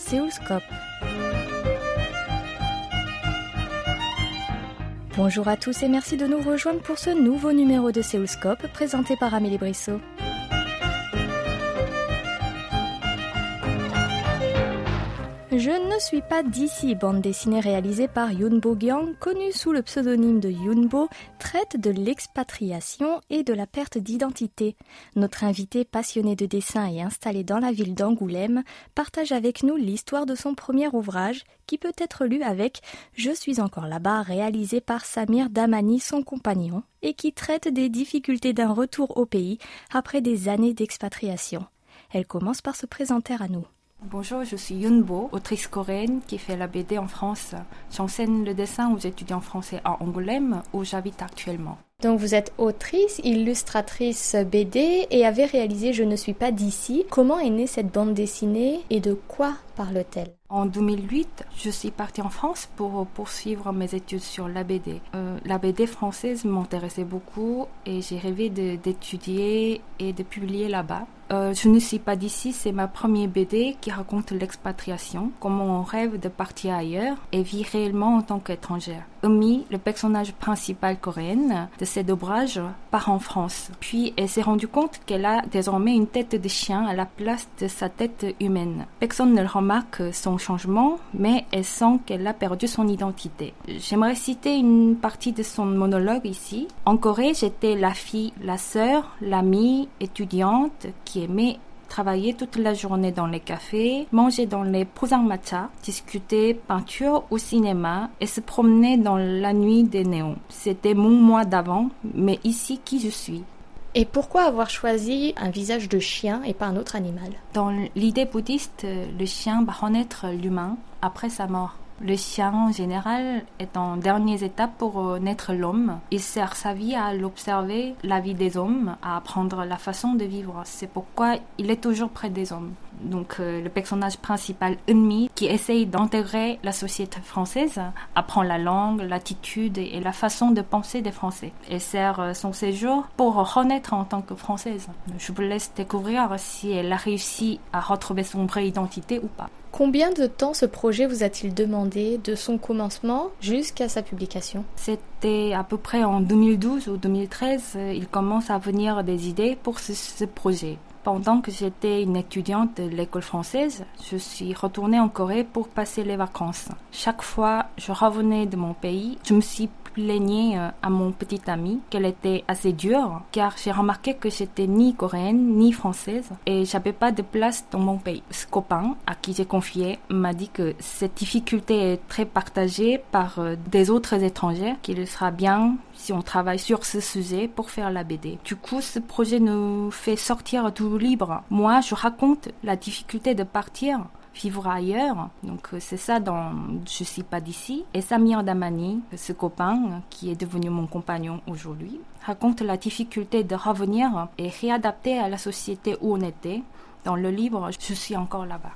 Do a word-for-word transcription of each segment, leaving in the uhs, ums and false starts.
Séoulscope. Bonjour à tous et merci de nous rejoindre pour ce nouveau numéro de Séoulscope présenté par Amélie Brissot. Je ne suis pas d'ici, bande dessinée réalisée par Yoon Bo-kyung, connue sous le pseudonyme de Yoonbo, traite de l'expatriation et de la perte d'identité. Notre invité passionné de dessin et installé dans la ville d'Angoulême partage avec nous l'histoire de son premier ouvrage qui peut être lu avec « Je suis encore là-bas » réalisé par Samir Dahmani, son compagnon, et qui traite des difficultés d'un retour au pays après des années d'expatriation. Elle commence par se présenter à nous. Bonjour, je suis Yoonbo, autrice coréenne qui fait la B D en France. J'enseigne le dessin aux étudiants français à Angoulême, où j'habite actuellement. Donc vous êtes autrice, illustratrice B D et avez réalisé « Je ne suis pas d'ici ». Comment est née cette bande dessinée et de quoi parle-t-elle ? En deux mille huit, je suis partie en France pour poursuivre mes études sur la B D. Euh, la B D française m'intéressait beaucoup et j'ai rêvé de, d'étudier et de publier là-bas. Euh, je ne suis pas d'ici, c'est ma première B D qui raconte l'expatriation, comment on rêve de partir ailleurs et vit réellement en tant qu'étrangère. Eumi, le personnage principal coréen de cet ouvrage, part en France. Puis elle s'est rendue compte qu'elle a désormais une tête de chien à la place de sa tête humaine. Personne ne remarque son changement, mais elle sent qu'elle a perdu son identité. J'aimerais citer une partie de son monologue ici. En Corée, j'étais la fille, la sœur, l'amie, étudiante qui aimait travailler toute la journée dans les cafés, manger dans les pongsangmatcha, discuter peinture ou cinéma et se promener dans la nuit des néons. C'était mon moi d'avant, mais ici qui je suis. Et pourquoi avoir choisi un visage de chien et pas un autre animal ? Dans l'idée bouddhiste, le chien va renaître l'humain après sa mort. Le chien, en général, est en dernière étape pour naître l'homme. Il sert sa vie à l'observer, la vie des hommes, à apprendre la façon de vivre. C'est pourquoi il est toujours près des hommes. Donc euh, le personnage principal, Eumi, qui essaye d'intégrer la société française, apprend la langue, l'attitude et la façon de penser des Français. Elle sert euh, son séjour pour renaître en tant que Française. Je vous laisse découvrir si elle a réussi à retrouver son vraie identité ou pas. Combien de temps ce projet vous a-t-il demandé de son commencement jusqu'à sa publication ? C'était à peu près en deux mille douze ou deux mille treize, il commence à venir des idées pour ce, ce projet. Pendant que j'étais une étudiante de l'école française, je suis retournée en Corée pour passer les vacances. Chaque fois que je revenais de mon pays, je me suis plaignée à mon petit ami qu'elle était assez dure, car j'ai remarqué que j'étais ni coréenne ni française et j'avais pas de place dans mon pays. Ce copain à qui j'ai confié m'a dit que cette difficulté est très partagée par des autres étrangers, qu'il sera bien si on travaille sur ce sujet pour faire la B D. Du coup, ce projet nous fait sortir tout libre. Moi, je raconte la difficulté de partir, vivre ailleurs. Donc, c'est ça dans Je suis pas d'ici. Et Samir Dahmani, ce copain qui est devenu mon compagnon aujourd'hui, raconte la difficulté de revenir et réadapter à la société où on était. Dans le livre, je suis encore là-bas.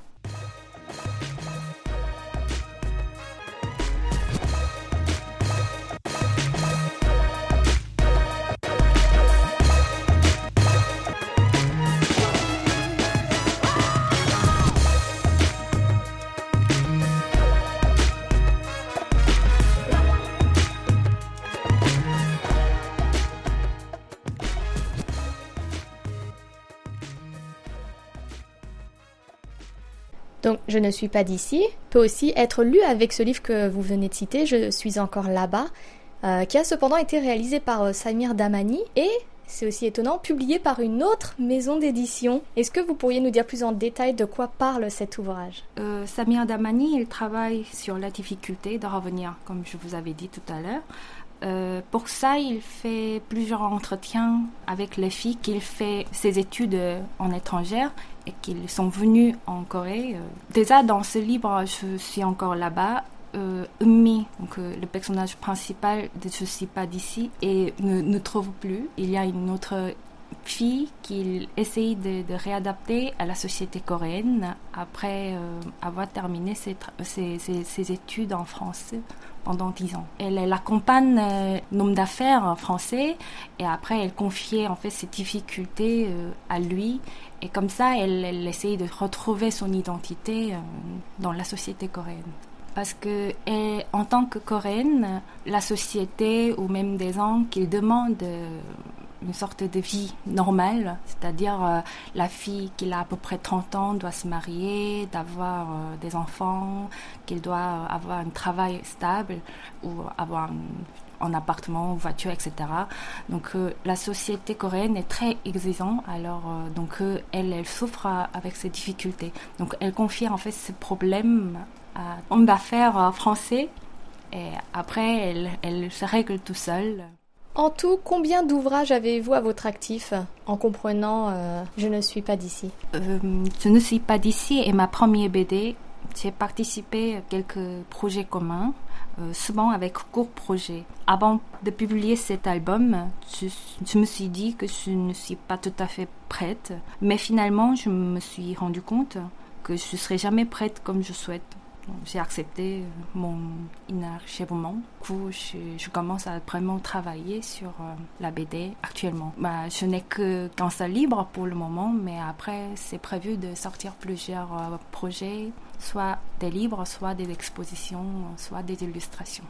Donc, Je ne suis pas d'ici peut aussi être lu avec ce livre que vous venez de citer, Je suis encore là-bas, euh, qui a cependant été réalisé par euh, Samir Dahmani et, c'est aussi étonnant, publié par une autre maison d'édition. Est-ce que vous pourriez nous dire plus en détail de quoi parle cet ouvrage ? euh, Samir Dahmani, il travaille sur la difficulté de revenir, comme je vous avais dit tout à l'heure. Euh, pour ça, il fait plusieurs entretiens avec les filles qu'il fait ses études en étrangère et qu'ils sont venus en Corée. Déjà, dans ce livre, Je suis encore là-bas, euh, Eumi, donc euh, le personnage principal de Je suis pas d'ici, et ne, ne trouve plus. Il y a une autre fille qu'il essaye de, de réadapter à la société coréenne après euh, avoir terminé ses, ses, ses, ses études en France pendant dix ans. Elle, elle accompagne euh, un homme d'affaires français et après elle confiait en fait ses difficultés euh, à lui et comme ça elle, elle essayait de retrouver son identité euh, dans la société coréenne. Parce que elle, en tant que coréenne, la société ou même des gens qui demandent euh, une sorte de vie normale, c'est-à-dire euh, la fille qui a à peu près trente ans doit se marier, d'avoir euh, des enfants, qu'elle doit avoir un travail stable ou avoir un, un appartement, une voiture, et cetera. Donc euh, la société coréenne est très exigeante, alors euh, donc euh, elle, elle souffre avec ces difficultés. Donc elle confie en fait ce problème à un homme d'affaires français et après elle, elle se règle tout seul. En tout, combien d'ouvrages avez-vous à votre actif en comprenant euh, « Je ne suis pas d'ici » euh, Je ne suis pas d'ici est ma première B D. J'ai participé à quelques projets communs, euh, souvent avec courts projets. Avant de publier cet album, je, je me suis dit que je ne suis pas tout à fait prête. Mais finalement, je me suis rendu compte que je ne serai jamais prête comme je souhaite. Donc, j'ai accepté mon inachèvement. Du coup, je, je commence à vraiment travailler sur euh, la B D actuellement. Bah, je n'ai que qu'un seul livre pour le moment, mais après, c'est prévu de sortir plusieurs euh, projets, soit des livres, soit des expositions, soit des illustrations.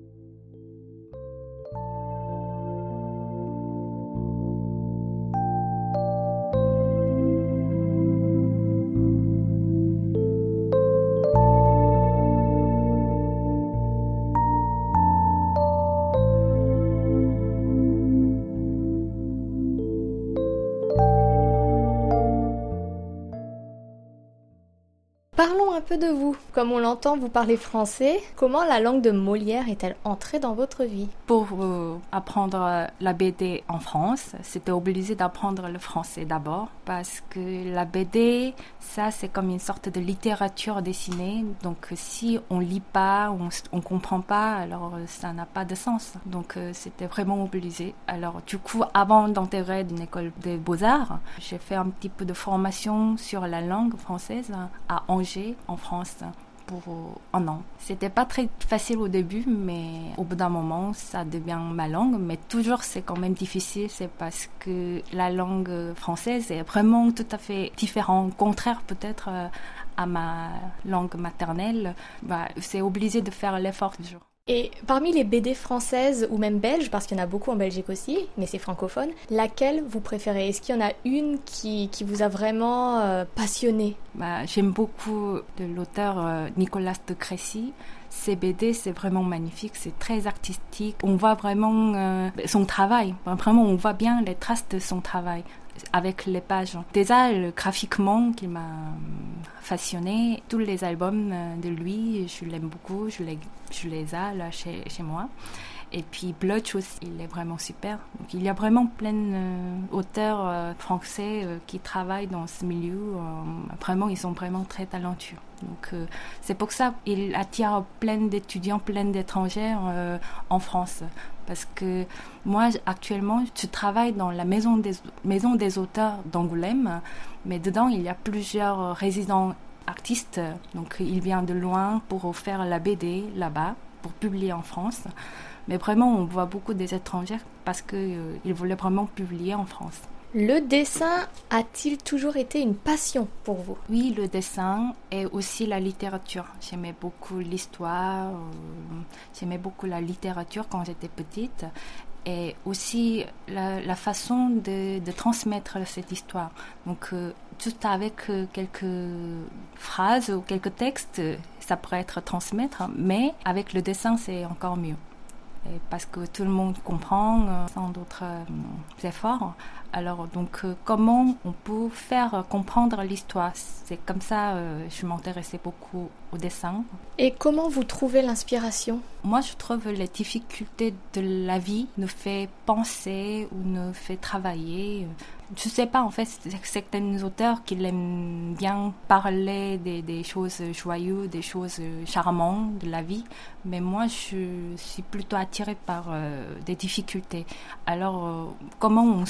Parlons un peu de vous. Comme on l'entend, vous parlez français. Comment la langue de Molière est-elle entrée dans votre vie ? Pour euh, apprendre la B D en France, c'était obligé d'apprendre le français d'abord parce que la B D, ça c'est comme une sorte de littérature dessinée. Donc si on lit pas, on on comprend pas, alors ça n'a pas de sens. Donc euh, c'était vraiment obligé. Alors du coup, avant d'intégrer une école des beaux-arts, j'ai fait un petit peu de formation sur la langue française à Angers, en France, pour un an. C'était pas très facile au début, mais au bout d'un moment, ça devient ma langue. Mais toujours, c'est quand même difficile, c'est parce que la langue française est vraiment tout à fait différente, contraire peut-être à ma langue maternelle. Bah, c'est obligé de faire l'effort toujours. Et parmi les B D françaises ou même belges, parce qu'il y en a beaucoup en Belgique aussi, mais c'est francophone, laquelle vous préférez ? Est-ce qu'il y en a une qui, qui vous a vraiment euh, passionné ? Bah, j'aime beaucoup de l'auteur euh, Nicolas de Crécy. Ses B D, c'est vraiment magnifique, c'est très artistique. On voit vraiment euh, son travail, vraiment on voit bien les traces de son travail avec les pages. Déjà, le, graphiquement, qui m'a fasciné. Tous les albums de lui, je l'aime beaucoup, je les, je les ai là chez, chez moi. Et puis Blotch aussi, il est vraiment super. Donc, il y a vraiment plein d'auteurs euh, français euh, qui travaillent dans ce milieu. Euh, vraiment, ils sont vraiment très talentueux. Donc euh, c'est pour ça qu'il attire plein d'étudiants, plein d'étrangers euh, en France. Parce que moi, actuellement, je travaille dans la maison des, maison des auteurs d'Angoulême, mais dedans, il y a plusieurs résidents artistes. Donc, ils viennent de loin pour faire la B D là-bas, pour publier en France. Mais vraiment, on voit beaucoup des étrangers parce qu'ils euh, voulaient vraiment publier en France. Le dessin a-t-il toujours été une passion pour vous ? Oui, le dessin et aussi la littérature. J'aimais beaucoup l'histoire, euh, j'aimais beaucoup la littérature quand j'étais petite et aussi la, la façon de, de transmettre cette histoire. Donc, euh, juste avec euh, quelques phrases ou quelques textes, ça pourrait être transmettre, mais avec le dessin, c'est encore mieux. Et parce que tout le monde comprend euh, sans d'autres euh, efforts. Alors, donc, euh, comment on peut faire comprendre l'histoire ? C'est comme ça que euh, je m'intéressais beaucoup au dessin. Et comment vous trouvez l'inspiration ? Moi, je trouve les difficultés de la vie nous fait penser ou nous fait travailler. Je ne sais pas, en fait, certains auteurs qui aiment bien parler des, des choses joyeuses, des choses charmantes de la vie, mais moi, je suis plutôt attirée par euh, des difficultés. Alors, euh, comment on sent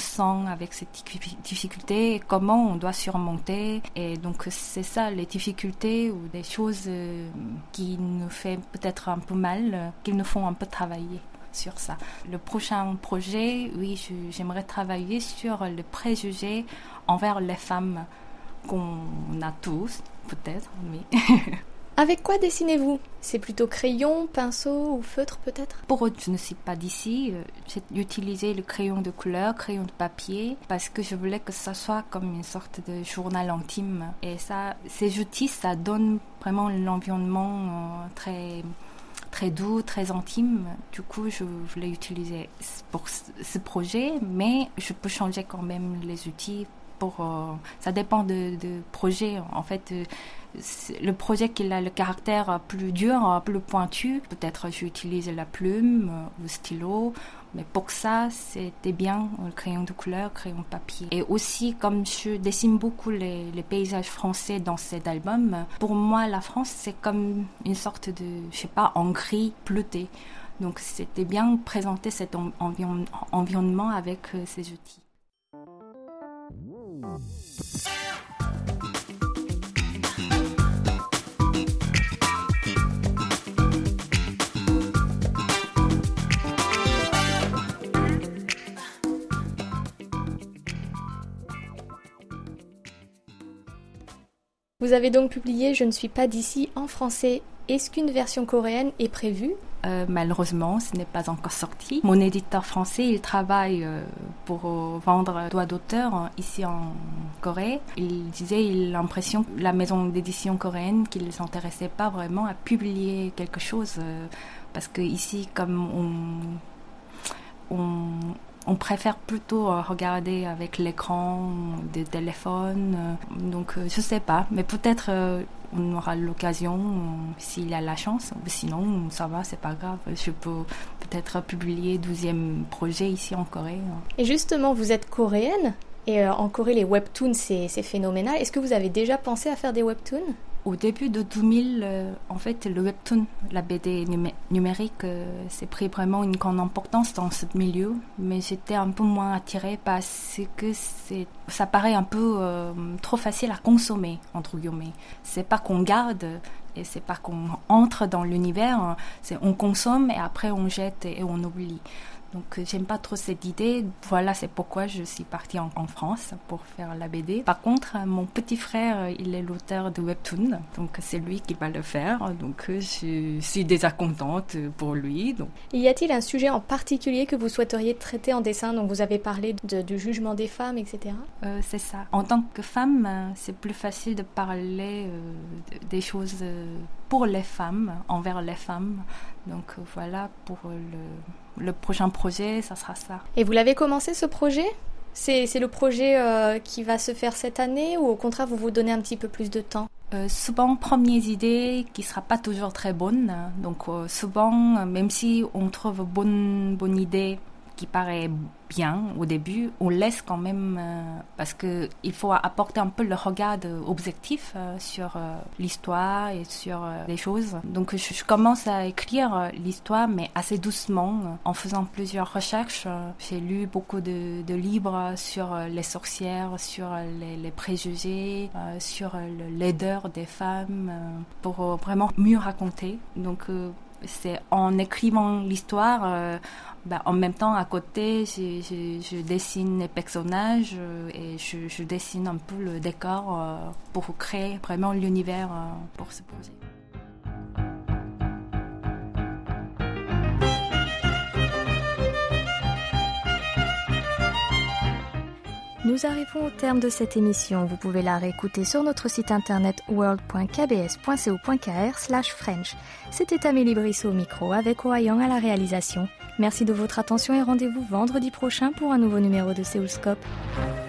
avec cette difficulté et comment on doit surmonter. Et donc c'est ça, les difficultés ou des choses euh, qui nous font peut-être un peu mal, euh, qui nous font un peu travailler sur ça. Le prochain projet, oui, je, j'aimerais travailler sur le préjugé envers les femmes qu'on a tous, peut-être, mais... Avec quoi dessinez-vous ? C'est plutôt crayon, pinceau ou feutre peut-être ? Pour autre, je ne suis pas d'ici. J'ai utilisé le crayon de couleur, crayon de papier, parce que je voulais que ça soit comme une sorte de journal intime. Et ça, ces outils, ça donne vraiment l'environnement euh, très... très doux, très intime. Du coup, je voulais utiliser pour ce projet, mais je peux changer quand même les outils. Pour, euh, ça dépend de, de projet. En fait, euh, le projet qui a le caractère plus dur, plus pointu, peut-être j'utilise la plume euh, ou le stylo. Mais pour ça, c'était bien le crayon de couleur, crayon de papier. Et aussi, comme je dessine beaucoup les, les paysages français dans cet album, pour moi, la France, c'est comme une sorte de, je sais pas, en gris bleuté. Donc, c'était bien présenter cet envi- environnement avec euh, ces outils. Vous avez donc publié « Je ne suis pas d'ici » en français. Est-ce qu'une version coréenne est prévue ? Euh, malheureusement, ce n'est pas encore sorti. Mon éditeur français, il travaille euh, pour euh, vendre droits d'auteur euh, ici en Corée. Il disait, il a l'impression que la maison d'édition coréenne, qui ne les intéressait pas vraiment à publier quelque chose. Euh, parce que ici, comme on... on On préfère plutôt regarder avec l'écran des téléphones. Donc, je sais pas. Mais peut-être euh, on aura l'occasion euh, s'il a la chance. Sinon, ça va, c'est pas grave. Je peux peut-être publier douzième projet ici en Corée. Et justement, vous êtes coréenne. Et euh, en Corée, les webtoons, c'est, c'est phénoménal. Est-ce que vous avez déjà pensé à faire des webtoons ? Au début de deux mille, euh, en fait, le webtoon, la B D numé- numérique, euh, s'est pris vraiment une grande importance dans ce milieu. Mais j'étais un peu moins attirée parce que c'est, ça paraît un peu euh, trop facile à consommer, entre guillemets. C'est pas qu'on garde et c'est pas qu'on entre dans l'univers, c'est on consomme et après on jette et on oublie. Donc j'aime pas trop cette idée. Voilà, c'est pourquoi je suis partie en, en France pour faire la B D. Par contre, mon petit frère, il est l'auteur de webtoon, donc c'est lui qui va le faire. Donc je suis déjà contente pour lui. Donc. Y a-t-il un sujet en particulier que vous souhaiteriez traiter en dessin ? Donc vous avez parlé de, du jugement des femmes, et cetera. Euh, c'est ça. En tant que femme, c'est plus facile de parler euh, des choses pour les femmes, envers les femmes. Donc voilà, pour le, le prochain projet, ça sera ça. Et vous l'avez commencé ce projet ? c'est, c'est le projet euh, qui va se faire cette année ou au contraire vous vous donnez un petit peu plus de temps ? Euh, souvent, premières idées qui ne sera pas toujours très bonnes. Donc euh, souvent, même si on trouve bonne, bonne idée qui paraît bien au début, on laisse quand même euh, parce que il faut apporter un peu le regard objectif euh, sur euh, l'histoire et sur euh, les choses. Donc je, je commence à écrire euh, l'histoire, mais assez doucement, euh, en faisant plusieurs recherches. Euh, j'ai lu beaucoup de, de livres sur euh, les sorcières, sur euh, les, les préjugés, euh, sur euh, le laideur des femmes, euh, pour euh, vraiment mieux raconter. Donc euh, c'est en écrivant l'histoire, euh, ben, en même temps à côté je, je, je dessine les personnages euh, et je, je dessine un peu le décor euh, pour créer vraiment l'univers euh, pour ce projet. Nous arrivons au terme de cette émission. Vous pouvez la réécouter sur notre site internet world point k b s point co point k r slash french. C'était Amélie Brissot au micro avec Oh Ha-young à la réalisation. Merci de votre attention et rendez-vous vendredi prochain pour un nouveau numéro de Séoulscope.